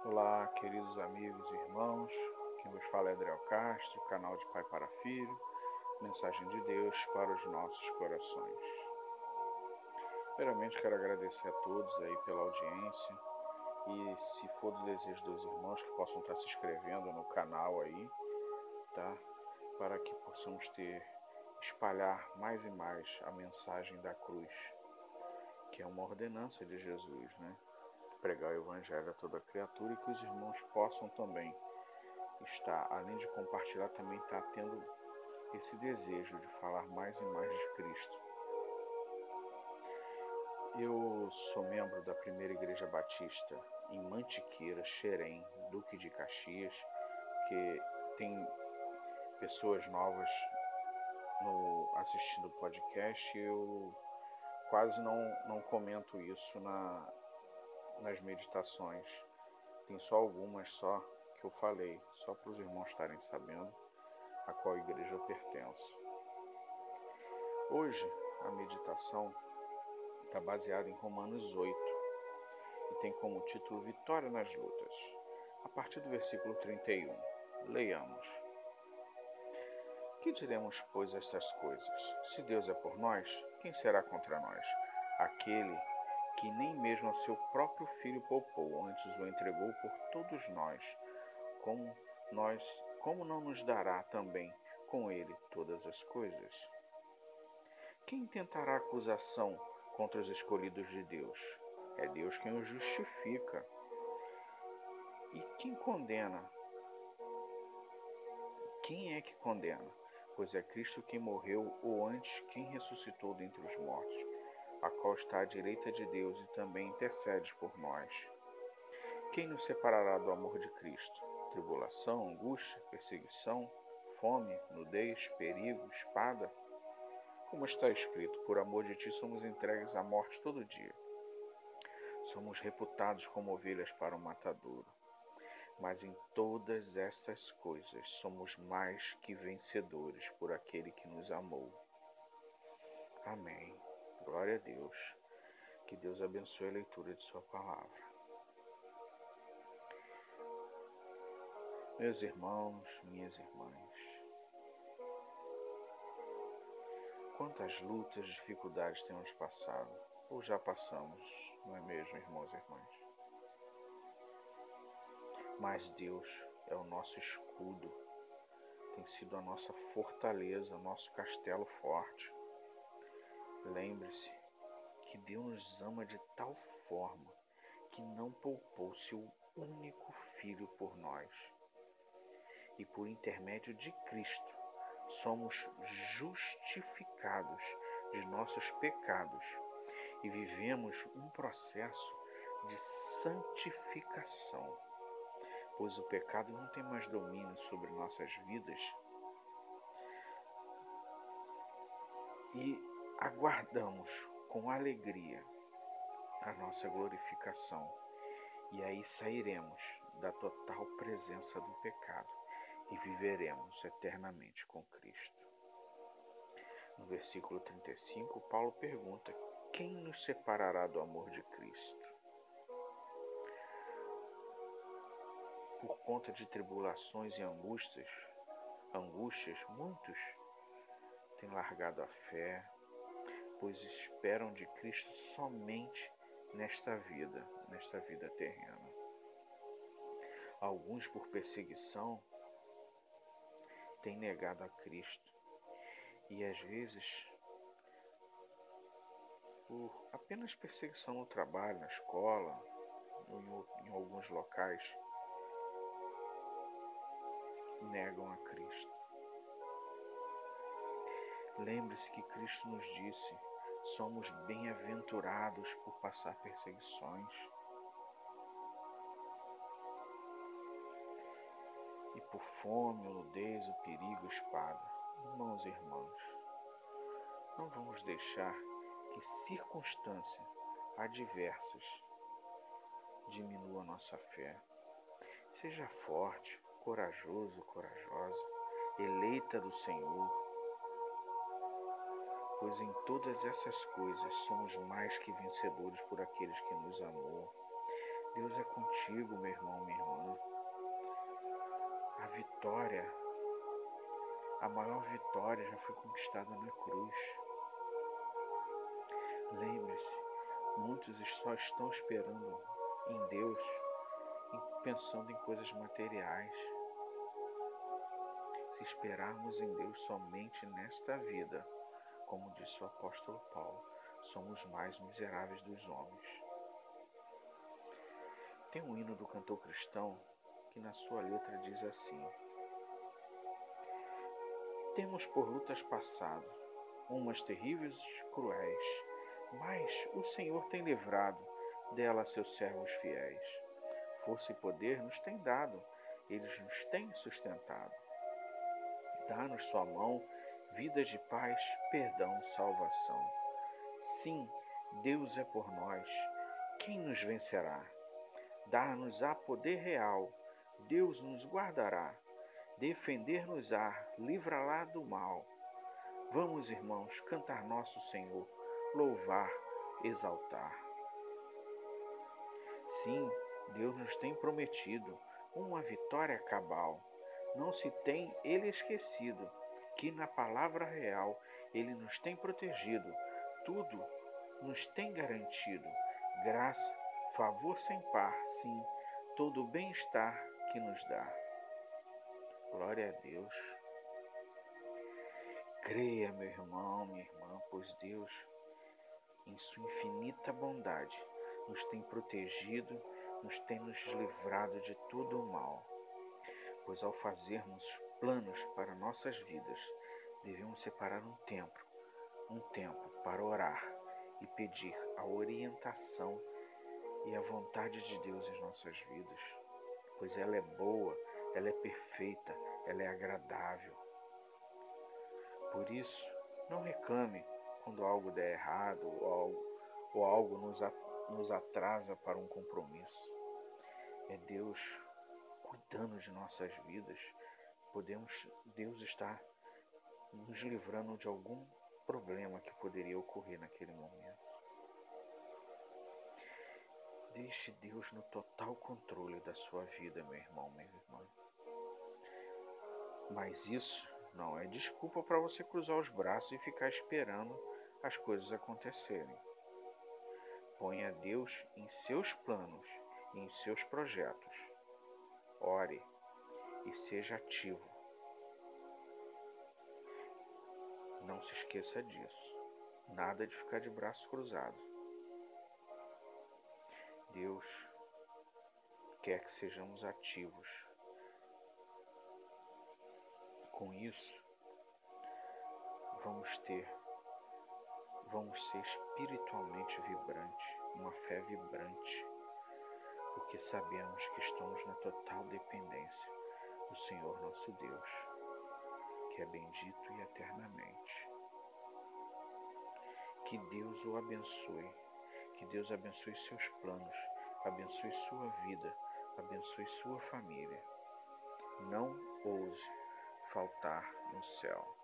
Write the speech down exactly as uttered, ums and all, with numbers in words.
Olá, queridos amigos e irmãos, quem vos fala é Adriel Castro, canal de Pai para Filho, mensagem de Deus para os nossos corações. Primeiramente quero agradecer a todos aí pela audiência e se for do desejo dos irmãos que possam estar se inscrevendo no canal aí, tá? Para que possamos ter, espalhar mais e mais a mensagem da cruz, que é uma ordenança de Jesus, né? Pregar o evangelho a toda criatura e que os irmãos possam também estar, além de compartilhar, também está tendo esse desejo de falar mais e mais de Cristo. Eu sou membro da Primeira Igreja Batista em Mantiqueira, Xerém, Duque de Caxias, que tem pessoas novas no, assistindo o podcast. Eu quase não, não comento isso na, nas meditações. Tem só algumas só que eu falei, só para os irmãos estarem sabendo a qual igreja eu pertenço. Hoje a meditação está baseada em Romanos oito e tem como título Vitória nas Lutas. A partir do versículo trinta e um, leiamos. Que diremos, pois, estas coisas? Se Deus é por nós, quem será contra nós? Aquele que nem mesmo a seu próprio filho poupou, antes o entregou por todos nós, como nós, como não nos dará também com ele todas as coisas? Quem tentará acusação contra os escolhidos de Deus? É Deus quem os justifica. E quem condena? Quem é que condena? Pois é Cristo quem morreu, ou antes, quem ressuscitou dentre os mortos, a qual está à direita de Deus e também intercede por nós. Quem nos separará do amor de Cristo? Tribulação, angústia, perseguição, fome, nudez, perigo, espada? Como está escrito, por amor de ti somos entregues à morte todo dia. Somos reputados como ovelhas para o matadouro. Mas em todas estas coisas somos mais que vencedores por aquele que nos amou. Amém. Glória a Deus. Que Deus abençoe a leitura de sua palavra. Meus irmãos, minhas irmãs, quantas lutas, dificuldades temos passado, ou já passamos, não é mesmo, irmãos e irmãs? Mas Deus é o nosso escudo, tem sido a nossa fortaleza, nosso castelo forte. Lembre-se que Deus nos ama de tal forma que não poupou seu único Filho por nós. E por intermédio de Cristo somos justificados de nossos pecados e vivemos um processo de santificação, pois o pecado não tem mais domínio sobre nossas vidas. E aguardamos com alegria a nossa glorificação, e aí sairemos da total presença do pecado e viveremos eternamente com Cristo. No versículo trinta e cinco, Paulo pergunta: quem nos separará do amor de Cristo? Por conta de tribulações e angústias, angústias, muitos têm largado a fé, pois esperam de Cristo somente nesta vida, nesta vida terrena. Alguns, por perseguição, têm negado a Cristo e às vezes por apenas perseguição no trabalho, na escola, em, em alguns locais, negam a Cristo. Lembre-se que Cristo nos disse: somos bem-aventurados por passar perseguições e por fome, nudez, o perigo, espada. Irmãos e irmãs, não vamos deixar que circunstâncias adversas diminuam a nossa fé. Seja forte, corajoso, corajosa, eleita do Senhor, pois em todas essas coisas somos mais que vencedores por aqueles que nos amou. Deus é contigo, meu irmão, minha irmã. A vitória, a maior vitória já foi conquistada na cruz. Lembre-se, muitos só estão esperando em Deus, pensando em coisas materiais. Se esperarmos em Deus somente nesta vida, como disse o apóstolo Paulo, somos mais miseráveis dos homens. Tem um hino do cantor cristão que na sua letra diz assim: temos por lutas passado, umas terríveis e cruéis, mas o Senhor tem livrado dela seus servos fiéis. Força e poder nos tem dado, eles nos têm sustentado. Dá-nos sua mão, vida de paz, perdão, salvação. Sim, Deus é por nós, quem nos vencerá? Dar-nos-á poder real, Deus nos guardará. Defender-nos-á, livra-lá do mal. Vamos, irmãos, cantar nosso Senhor, louvar, exaltar. Sim, Deus nos tem prometido uma vitória cabal. Não se tem Ele esquecido, que na palavra real Ele nos tem protegido, tudo nos tem garantido. Graça, favor sem par, sim, todo o bem-estar que nos dá. Glória a Deus. Creia, meu irmão, minha irmã, pois Deus, em sua infinita bondade, nos tem protegido, nos tem nos livrado de todo o mal. Pois ao fazermos planos para nossas vidas, devemos separar um tempo, um tempo para orar e pedir a orientação e a vontade de Deus em nossas vidas, pois ela é boa, ela é perfeita, ela é agradável. Por isso, não reclame quando algo der errado ou algo, ou algo nos, nos atrasa para um compromisso. É Deus cuidando de nossas vidas. Podemos, Deus está nos livrando de algum problema que poderia ocorrer naquele momento. Deixe Deus no total controle da sua vida, meu irmão, minha irmã. Mas isso não é desculpa para você cruzar os braços e ficar esperando as coisas acontecerem. Ponha Deus em seus planos e em seus projetos. Ore e seja ativo. Não se esqueça disso. Nada de ficar de braços cruzados. Deus quer que sejamos ativos. Com isso, vamos ter, vamos ser espiritualmente vibrantes, uma fé vibrante, porque sabemos que estamos na total dependência do Senhor nosso Deus, que é bendito e eternamente. Que Deus o abençoe, que Deus abençoe seus planos, abençoe sua vida, abençoe sua família. Não ouse faltar no céu.